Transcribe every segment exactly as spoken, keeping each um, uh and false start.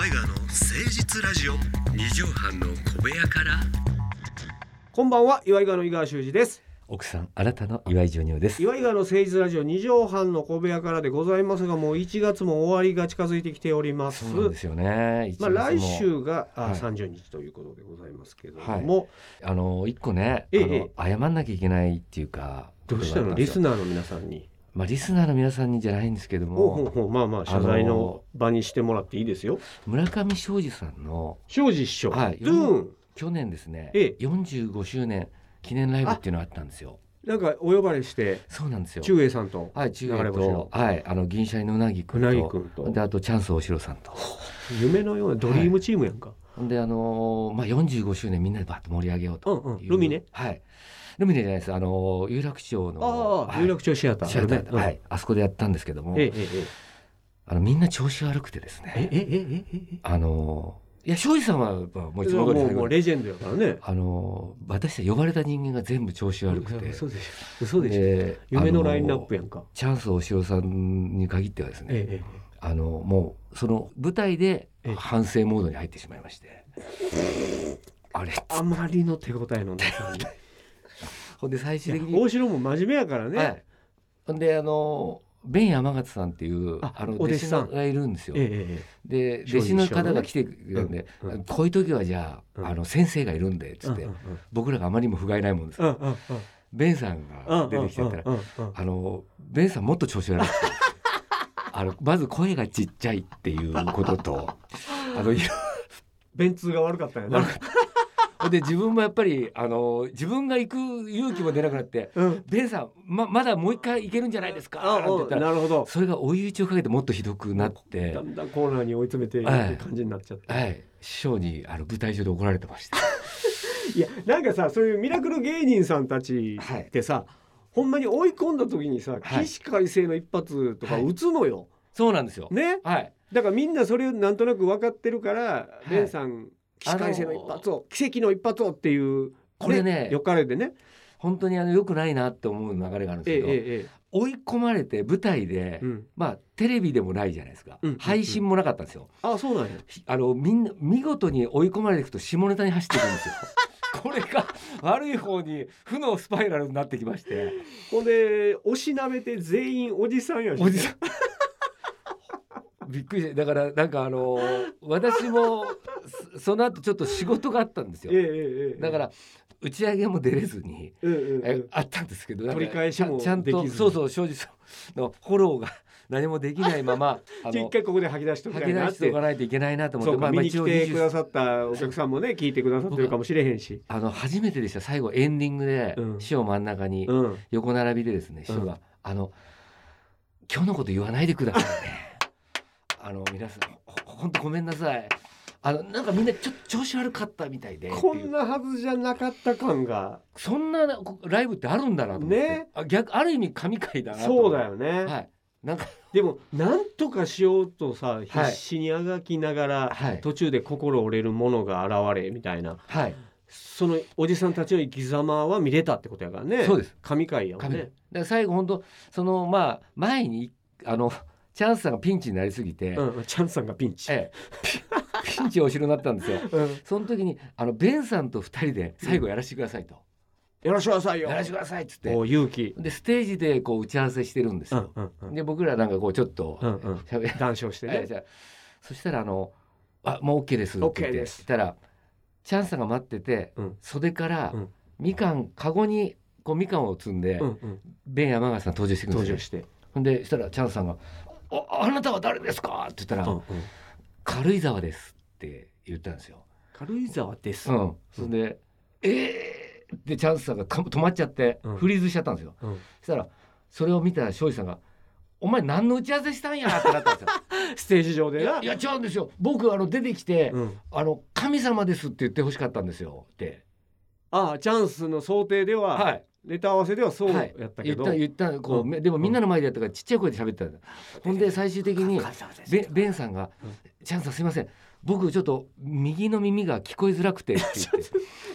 岩井川の誠実ラジオ。 二畳半の小部屋から。 こんばんは、岩井川の井川修司です。 奥さん、あなたの岩井ジョニオです。 岩井川の誠実ラジオ二畳半の小部屋からでございますが、もういちがつも終わりが近づいてきております。 そうなんですよね。 まあ、来週が、 はい、 さんじゅうにちということでございますけども、 はい、あの一個ね、 ええあの謝んなきゃいけないっていうか。 どうしたの？リスナーの皆さんに。 まあ、リスナーの皆さんにじゃないんですけども、 ほうほうほう、まあまあ謝罪の場にしてもらっていいですよ。 村上昌司さんの昌司師匠、 はい、 ドゥーン去年ですね、 ええ、 よんじゅうごしゅうねん記念ライブっていうのがあったんですよ。 なんかお呼ばれして。 そうなんですよ。 中英さんと、 はい、中英と、はい、あの銀シャリのうなぎくん と, うなぎくんとで、あとチャンス大城さんと夢のようなドリームチームやんか。 はい、であのーまあ、よんじゅうごしゅうねんみんなでバッと盛り上げようという、 うんうん、ルミネ、 はい、ルミネじゃないです、あのー、有楽町の、 あ、はい、有楽町シアター、 シアター、 うん、 はい、あそこでやったんですけども、 ええええ、 あのみんな調子悪くてですね、 ええええええ、 あのーいや庄司さんはもういつも通りもうもうレジェンドやからね。 あの私は呼ばれた人間が全部調子悪くて。 嘘でしょ、嘘でしょ、えー、夢のラインナップやんか。 チャンス大城さんに限ってはですね、ええ、あのもうその舞台で反省モードに入ってしまいまして、 ええ、あれあまりの手応えのなさにほんで最終的に大城も真面目やからね、はい、 ほんであの弁山勝さんっていうああの弟子がいるんですよ、 ええ、で弟子の方が来てくれるんで、うんうん、こういう時はじゃあ、うん、あの先生がいるんでっつって、うんうんうん、僕らがあまりにも不甲斐ないもんですから、うんうんうん、弁さんが出てきちゃったら、うんうんうん、あの弁さんもっと調子悪くてあのまず声がちっちゃいっていうこととあの弁通が悪かったよなで自分もやっぱりあの自分が行く勇気も出なくなって、うん、ベンさん ま, まだもう一回行けるんじゃないですかなんて言ったら、 なるほど、 それが追い打ちをかけてもっとひどくなって、 だんだんコーナーに追い詰めているって感じになっちゃって、 はいはい、師匠にあの舞台上で怒られてましたいやなんかさ、そういうミラクル芸人さんたちってさ、はい、ほんまに追い込んだ時にさ、はい、起死回生の一発とか打つのよ、はい、 そうなんですよね、 はい、 だからみんなそれをなんとなく分かってるから、ベンさん起死回生の一発を、奇跡の一発をっていう、ね、 これねよかれでね、 本当にあの良くないなって思う流れがあるんですけど、ええええ、追い込まれて舞台で、うん、まあテレビでもないじゃないですか、うんうんうん、配信もなかったんですよ。 あ、そうなんや。 あのみんな見事に追い込まれていくと下ネタに走っていくんですよこれが悪い方に負のスパイラルになってきまして、 ほんでおしなべて全員おじさんやし、 おじさんびっくりして、だからなんかあの私もその後ちょっと仕事があったんですよ、えーえー、だから打ち上げも出れずに、えーえー、あったんですけど、 取り返しもできずに、 ちゃんとそうそう庄司さんのフォローが何もできないままあの一回ここで吐き出しとかないなって、吐き出しておかないといけないなと思って、 まあ、見に来てくださったお客さんもね聞いてくださってるかもしれへんし、 あの初めてでした。最後エンディングで、うん、師匠真ん中に横並びでですね、うん、師匠があの今日のこと言わないでくださいねあの皆さん本当ごめんなさい、あのなんかみんなちょっと調子悪かったみたいで、 こんなはずじゃなかった感が、 そんなライブってあるんだなと思って、ね、あ, 逆ある意味神回だなと。 そうだよね、 はい、なんかでもなんとかしようとさ必死にあがきながら、はい、途中で心折れるものが現れみたいな、はい、そのおじさんたちの生き様は見れたってことやからね。 そうです、 神回やもんね。だから最後本当そのまあ前にあのチャンスさんがピンチになりすぎて、 うん、チャンスさんがピンチ、ええ、 ピンチお城になったんですよ、うん、その時にあのベンさんとふたりで最後やらせてくださいと、 うん、やらせてくださいよ、 やらせてくださいっつって、 お勇気でステージでこう打ち合わせしてるんですよ、うんうんうん、で僕らなんかこうちょっと、うんうん、 談笑してね、 じゃそしたらあのあもう OK ですって言って、OK、したらチャンスさんが待ってて、うん、袖から、うん、みかんカゴにこうみかんを積んで、うんうん、ベン山川さん登場してくるんですよ。登場して、ほんでしたらチャンスさんが あ, あなたは誰ですかって言ったら、うんうん、軽井沢ですって言ったんですよ。 軽井沢です、 うん、それで、うん、えーってチャンスさんが止まっちゃって、うん、フリーズしちゃったんですよ、うん、そしたらそれを見た庄司さんがお前何の打ち合わせしたんやってなったんですよステージ上でな。 いや、いや違うんですよ、僕あの出てきて、うん、あの神様ですって言ってほしかったんですよって。 ああチャンスの想定では、はい、ネタ合わせではそうやったけど、 はい、言った言ったこう、うん、でもみんなの前でやったからちっちゃい声で喋ってたんだ、うん、ほんで最終的にベ, ベンさんが、うん、チャンスさんすいません僕ちょっと右の耳が聞こえづらくてって言って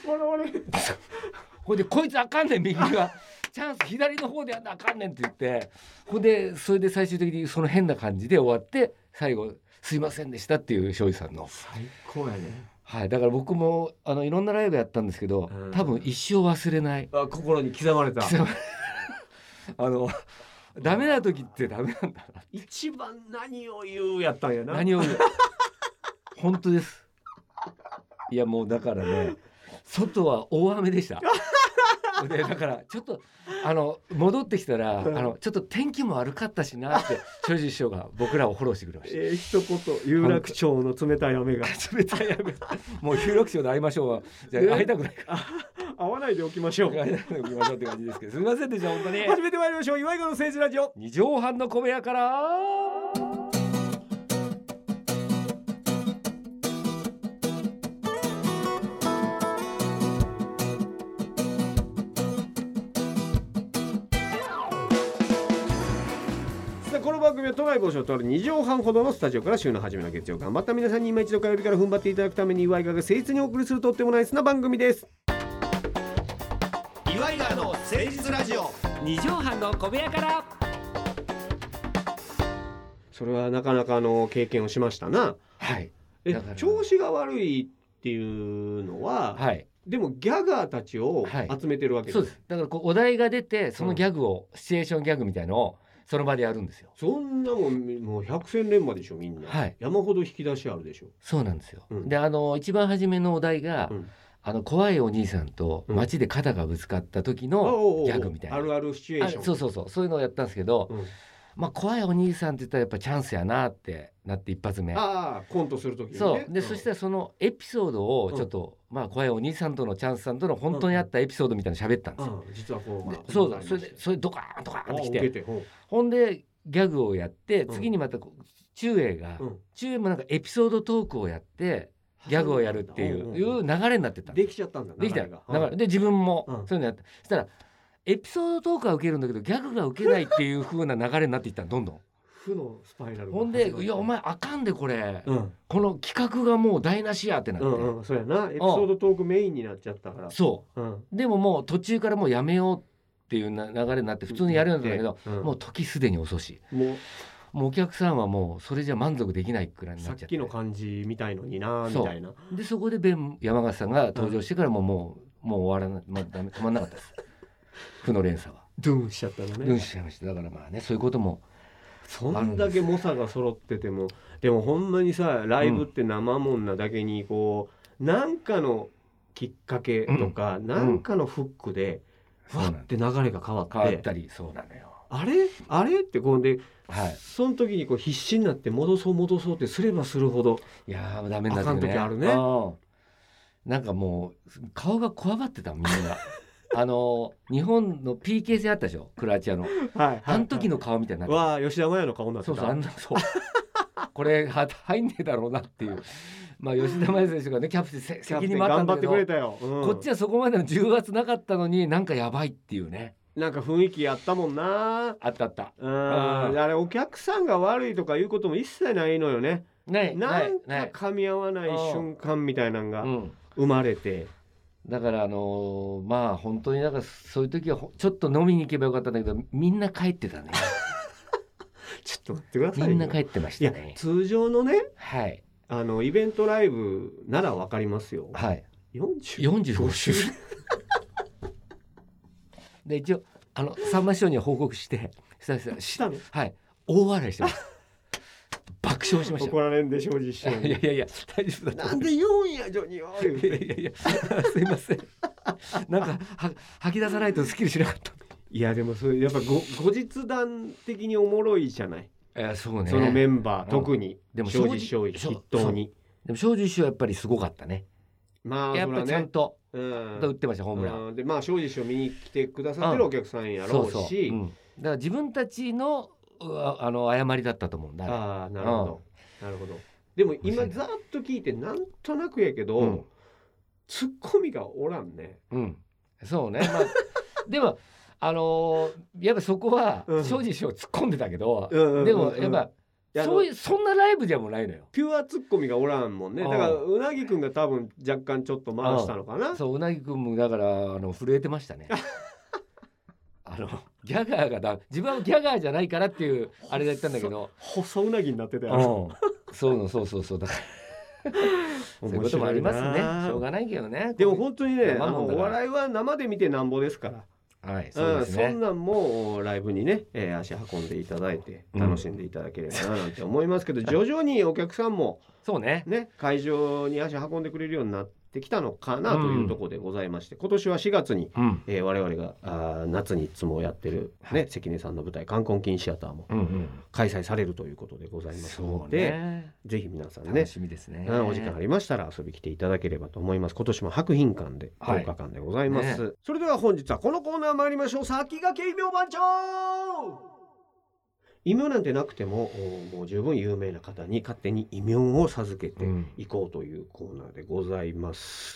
ほんでこいつあかんねん右がチャンス左の方でやったらあかんねんって言って、ほんでそれで最終的にその変な感じで終わって最後すいませんでしたっていう庄司さんの最高やね。 はい、だから僕もあのいろんなライブやったんですけど、うん、多分一生忘れない。 あ、心に刻まれた。刻まれあのダメな時ってダメなんだな。 一番何を言うやったんやな。 何を言う本当です。いやもうだからね、外は大雨でしたでだからちょっとあの戻ってきたら、うん、あのちょっと天気も悪かったしなって庄司師匠が僕らをフォローしてくれました。 えー、一言有楽町の冷たい雨が冷たい雨もう有楽町で会いましょうはじゃあ会いたくないから会わないでおきましょう会わないでおきましょうって感じですけど、すみませんでした本当に。 始めてまいりましょう。岩井川の政治ラジオ二畳半の小部屋から。 この番組は都内某所とあるに畳半ほどのスタジオから週の初めの月曜頑張った皆さんに今一度火曜日から踏ん張っていただくために岩井川が誠実にお送りするとってもナイスな番組です。 岩井川の誠実ラジオに畳半の小部屋から。 それはなかなかの経験をしましたな。 はい。 え調子が悪いっていうのは、はい、でもギャガーたちを集めてるわけです、 はい、そうです。だからこうお題が出てそのギャグを、うん、シチュエーションギャグみたいのをその場でやるんですよ。 そんなもんもう百戦錬磨でしょみんな、はい、山ほど引き出しあるでしょ。 そうなんですよ、うん、であの一番初めのお題が、うん、あの怖いお兄さんと街で肩がぶつかった時のギャグみたいな、 うん、あるあるシチュエーション。 そうそうそうそういうのをやったんですけど、うん、まあ怖いお兄さんって言ったらやっぱチャンスやなってなって一発目。 ああコントする時にね。 そうで、うん、そしたらそのエピソードをちょっと、うん、まあ怖いお兄さんとのチャンスさんとの本当にあったエピソードみたいなの喋ったんですよ、 うん、実はこう、まあ、 そうだそれでそれドカーンドカーンってきて、ほんでギャグをやって次にまた中英が、うん、中英もなんかエピソードトークをやってギャグをやるっていう、いう流れになってた。 できちゃったんだ。 できたよ。だからで自分もそういうのやって、そしたらエピソードトークは受けるんだけどギャグが受けないっていう風な流れになっていったのどんどん。 負のスパイラル。 ほんでいやお前あかんでこれ、うん、この企画がもう台無しやってなって、 うんうん、そうやなエピソードトークメインになっちゃったから。 そう、うん、でももう途中からもうやめようっていうな流れになって普通にやるんだけど、うんうん、もう時すでに遅し。もうもうお客さんはもうそれじゃ満足できないくらいになっちゃって、 さっきの感じみたいのになみたいな。 でそこでベン山形さんが登場してからももう、うん、もう終わらない、まあ、ダメ止まんなかったです負の連鎖はドゥンしちゃったのね。 ドゥンしちゃいました。だからまあねそういうこともそんだけ猛者が揃っててもでもほんまにさライブって生もんなだけにこう、うん、なんかのきっかけとか、うん、なんかのフックで、うん、わって流れが変わって変わったりそうなのよ。 あれあれってこうで、はい、その時にこう必死になって戻そう戻そうってすればするほどいやーダメになってるね。あかん時あるね。 なんかもう顔がこわばってたみんなあの日本の ピーケー 戦あったでしょクロアチアの、はいはいはい、あの時の顔みたいになってた。 わあ吉田麻也の顔になってた。 そうそうあんなそうこれ入んねえだろうなっていうまあ吉田麻也選手がねキャプテン責任もあったんだけど頑張ってくれたよ、うん、こっちはそこまでの重圧なかったのになんかやばいっていうね。 なんか雰囲気あったもんな。 あったあった。 うんあれお客さんが悪いとかいうことも一切ないのよね。 ないなんか噛み合わない瞬間みたいなのが生まれて、 うん、だからあのー、まあ本当になんかそういう時はちょっと飲みに行けばよかったんだけどみんな帰ってたねちょっと待ってください。 みんな帰ってましたね。 いや通常のね、 はい、 あのイベントライブならわかりますよ。 はい、 よんじゅう、 よんじゅうごしゅうで一応あのさんま師匠には報告してしたしたの、 はい、大笑いしてます爆笑しました。 怒られんで庄司師匠に。 いやいやいや大丈夫だなんでよんやジョニーは。いやいやいやすいませんなんかは吐き出さないとスッキリしなかった。 いやでもそれやっぱご後日談的におもろいじゃない。 いやそうね。 そのメンバー、うん、特にでも庄司師匠筆頭に。 でも庄司師匠はやっぱりすごかったね。 まあやっぱちゃんと、 うん、 打ってましたホームラン、 うん、でまあ庄司師匠見に来てくださってるお客さんやろうし、 そうそう、うん、だから自分たちのあの誤りだったと思うんだ。 ああなるほど、うん、なるほど。でも今ざっと聞いてなんとなくやけど、うん、ツッコミがおらんね。 うんそうね、まあ、でもあのー、やっぱそこは庄司師匠突っ込んでたけど、うん、でもやっぱそういうそんなライブでもないのよ。 ピュアツッコミがおらんもんね。だからうなぎくんが多分若干ちょっと回したのかな。 そううなぎくんもだからあの震えてましたねあのギャガーがだ自分はギャガーじゃないからっていうあれだったんだけど細うなぎになってたよ、 そうそうそうそうだからそういうこともありますね。しょうがないけどね。 でも本当にね、あの生もんだからお笑いは生で見てなんぼですから。 はい、そうですね。 うん、そんなんもライブにね、えー、足運んでいただいて楽しんでいただければななんて思いますけど、うん、徐々にお客さんもそうね、 ね、会場に足運んでくれるようになってきたのかなというところでございまして、うん、今年はしがつに、うんえー、我々があ夏にいつもやってる、ねはい、関根さんの舞台冠婚金シアターも開催されるということでございますので、うんうんね、ぜひ皆さんね、 楽しみですね、 うん、お時間ありましたら遊び来ていただければと思います。今年も博品館でとおかかんでございます、はいね、それでは本日はこのコーナー参りましょう。先駆け異名番長。異名なんてなくてももう十分有名な方に勝手に異名を授けていこうというコーナーでございます、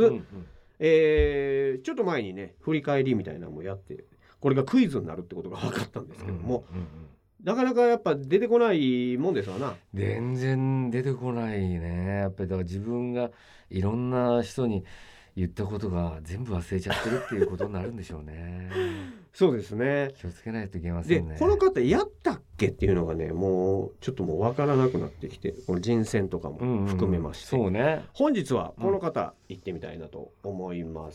うんうんえー、ちょっと前にね振り返りみたいなのもやってこれがクイズになるってことが分かったんですけども、うんうんうん、なかなかやっぱ出てこないもんですわな。 全然出てこないね。やっぱりだから自分がいろんな人に言ったことが全部忘れちゃってるっていうことになるんでしょうねそうですね、 気をつけないといけませんね。 でこの方やったっけっていうのがねもうちょっともう分からなくなってきて、この人選とかも含めまして、 うんうん、そうね、 本日はこの方行ってみたいなと思います、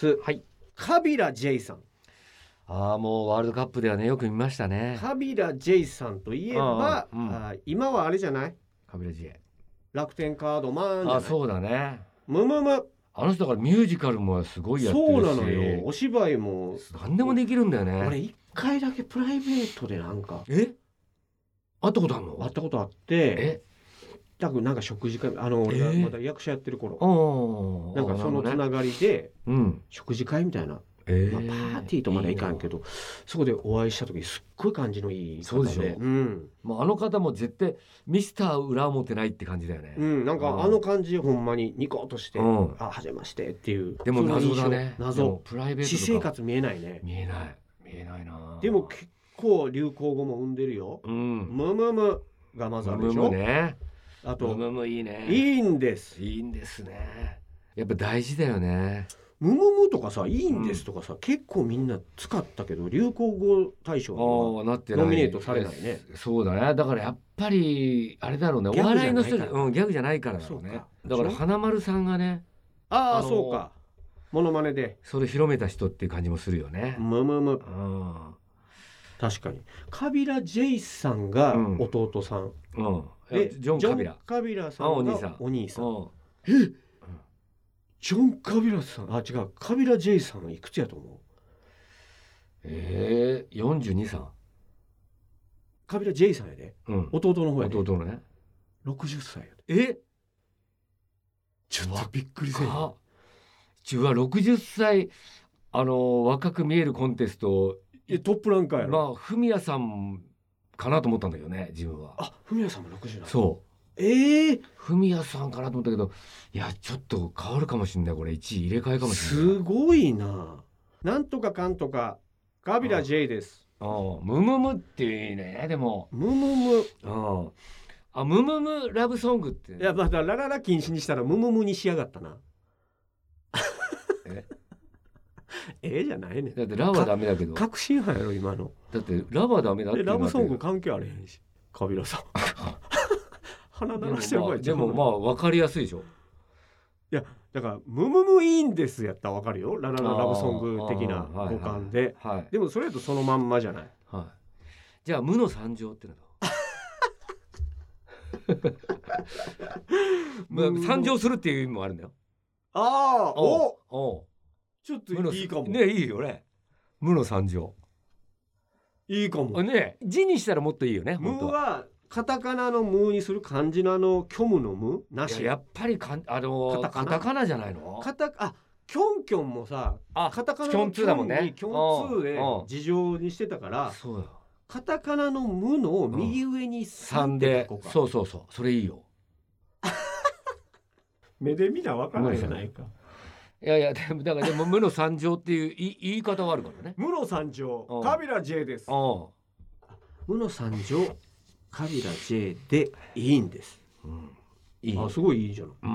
うん、 はい、 カビラ J さん。 ああもうワールドカップではねよく見ましたね。 カビラ J さんといえば、うん、あ今はあれじゃない、 カビラ J 楽天カードマンじゃない。 あそうだね、 むむむあの人だからミュージカルもすごいやってるし、 そうなのよ、お芝居も何でもできるんだよね。 俺一回だけプライベートでなんかえ会ったことあるの？ 会ったことあって、え多分なんか食事会、あの俺がまだ役者やってる頃、えー、なんかそのつながりで、ね、食事会みたいな、えーまあ、パーティーとまでいかんけど、いいそこでお会いした時すっごい感じのいい方で、 そうでしょ、うんまあ、あの方も絶対ミスター裏表ないって感じだよね、 うん、なんかあの感じほんまにニコッとして、うん、あはじめましてっていう。 でも謎だね、 謎、プライベート私生活見えないね。 見えない見えないな。 でも結構流行語も生んでるよ、うん、ムムムがまずあるでしょ。 ムムムね、 あとムムムいいね、 いいんです、 いいんですね、やっぱ大事だよね。 ムムムとかさ、いいんですとかさ、うん、結構みんな使ったけど流行語大賞にはノミネートされないね。 そうだね、だからやっぱりあれだろうね、お笑いの人、うん、ギャグじゃないからだろうね。だから花丸さんがね、 ああそうか、モノマネでそれ広めた人っていう感じもするよね。 ムムム、うん、確かにカビラ J さんが弟さん、 うんうん、でジョン・カビラ、 カビラさんがお兄さん、 うん、 えジョン・カビラさん、あ違う、カビラ J さんはいくつやと思う？ えー、よんじゅうにさん。 カビラ J さんやで、うん、弟の方やで、 弟のねろくじゅっさいやで。えちょっとびっくりせん。 自分はろくじゅっさいあの若く見えるコンテストえトップランカーやろ。 まあフミヤさんかなと思ったんだけどね自分は。 あフミヤさんもろくじゅうなの。 そうええー、 フミヤさんかなと思ったけど、いやちょっと変わるかもしれない、これいちい入れ替えかもしれない。 すごいな。なんとかかんとかカビラ J です。 ああムムムっていうね。でもムムムああムムムラブソングって、 いやまたラララ禁止にしたらムムムにしやがったな。えええじゃないね。 だってラはダメだけど確信犯やろ今の。 だってラはダメだって。 ラブソング関係あれへんしカビラさん鼻鳴らしてる場合でもまあ分かりやすいでしょ。 いやだからムムムいいんですやったら分かるよ、ララララブソング的な五感で、はいはい、でもそれだとそのまんまじゃない、 はい、じゃあ無の参上ってのは参上するっていう意味もあるんだよ。 ああおおちょっといいかもね。いいよね、無の参上いいかもね。字にしたらもっといいよね。 無はカタカナのムにする漢字のあの虚無の無なし。 や, やっぱりかあのカタカナ、カタカナじゃないの。 カタあキョンキョンもさカタカナのキョンツーだもんね。 キョンツーで事情にしてたから、 そうだカタカナの無の右上にさんで書こうか、 うん、そうそうそうそれいいよ目で見な分からないじゃないか。 いやいやでもだからでも無の参上っていう言い方はあるからね。 無の参上カビラ J です。無の参上カビラ J でいいんです、うん、いい。あすごいいいじゃん、うん、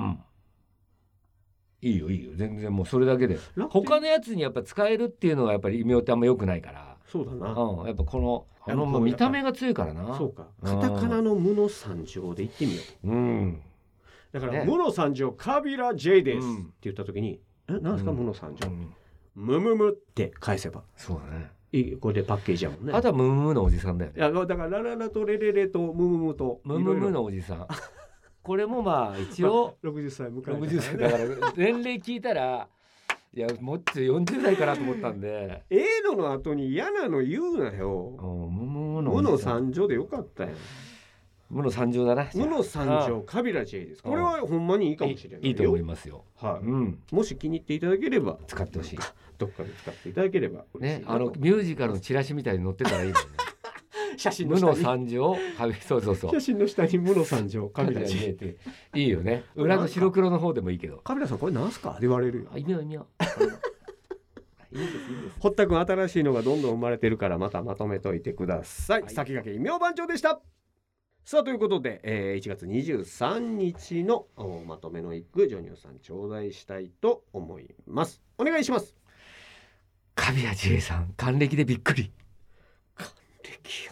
いいよいいよ全然もうそれだけで他のやつにやっぱ使えるっていうのがやっぱり異名ってあんま良くないから。 そうだな、 うん、やっぱこのあのもう見た目が強いからな。 そうか、カタカナの無の参上で言ってみよう。うんだから、ね、無の参上カビラ J です、うん、って言った時にえなんですか、うん、無の参上、うん、ムムムって返せばそうだね、 いいこれでパッケージやもんね。 あとはムムムのおじさんだよね。 いやだからラララとレレレとムムムとムムムのおじさんこれもまあ一応ろくじゅっさい迎えた、ね、 ろくじゅっさいだから年齢聞いたらいやもっとよんじゅう代かなと思ったんでええのの後に嫌なの言うなよ。無の参上でよかったよ。 無の参上だな。 無の参上カビラ J です。これはほんまにいいかもしれない。 いいと思いますよ。 はい、うん、もし気に入っていただければ使ってほしい。 どっかで使っていただければね、あのミュージカルのチラシみたいに載ってたらいいのね写真の下に無の参上カビそうそうそう写真の下に無の参上カビラ J っていいよね。裏の白黒の方でもいいけどカビラさんこれなんすかって言われるよ。 意味は意味は。いいですいいです。 堀田君新しいのがどんどん生まれてるからまたまとめといてください、はい、先駆け異名番長でした。さあということで、えー、いちがつにじゅうさんにちのまとめの一句ジョニオさん頂戴したいと思います。お願いします。 カビラ J さん還暦でびっくり。 還暦や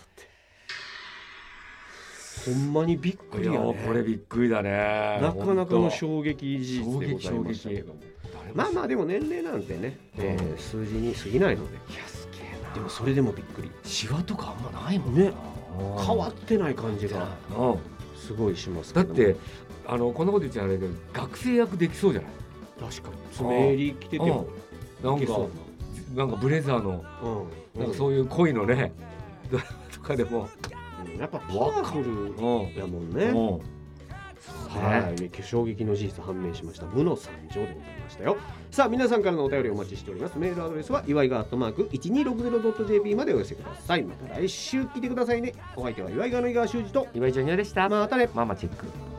ってほんまにびっくりやね。 これびっくりだね。 なかなかの衝撃事実でございましたけども、まあまあでも年齢なんてね、うんえー、数字に過ぎないので。 いやすげえな。 でもそれでもびっくり。 シワとかあんまないもんね。 変わってない感じがすごいしますけども。 だってあのこんなこと言っちゃあれだけど学生役できそうじゃない。 確かに爪襟着ててもなんかなんかブレザーの、うん、なんかそういう恋のねドラマとかでも、 うん、やっぱパワフルやもんね。うんうんはい、衝撃の事実判明しました無の参上でございましたよ。さあ皆さんからのお便りお待ちしております。メールアドレスは祝いがアットマーク いちにーろくぜろドットジェーピー までお寄せください。また来週来てくださいね。お相手は祝いがの井川修司と岩井ジョニオでした。 またね。 ママチェック。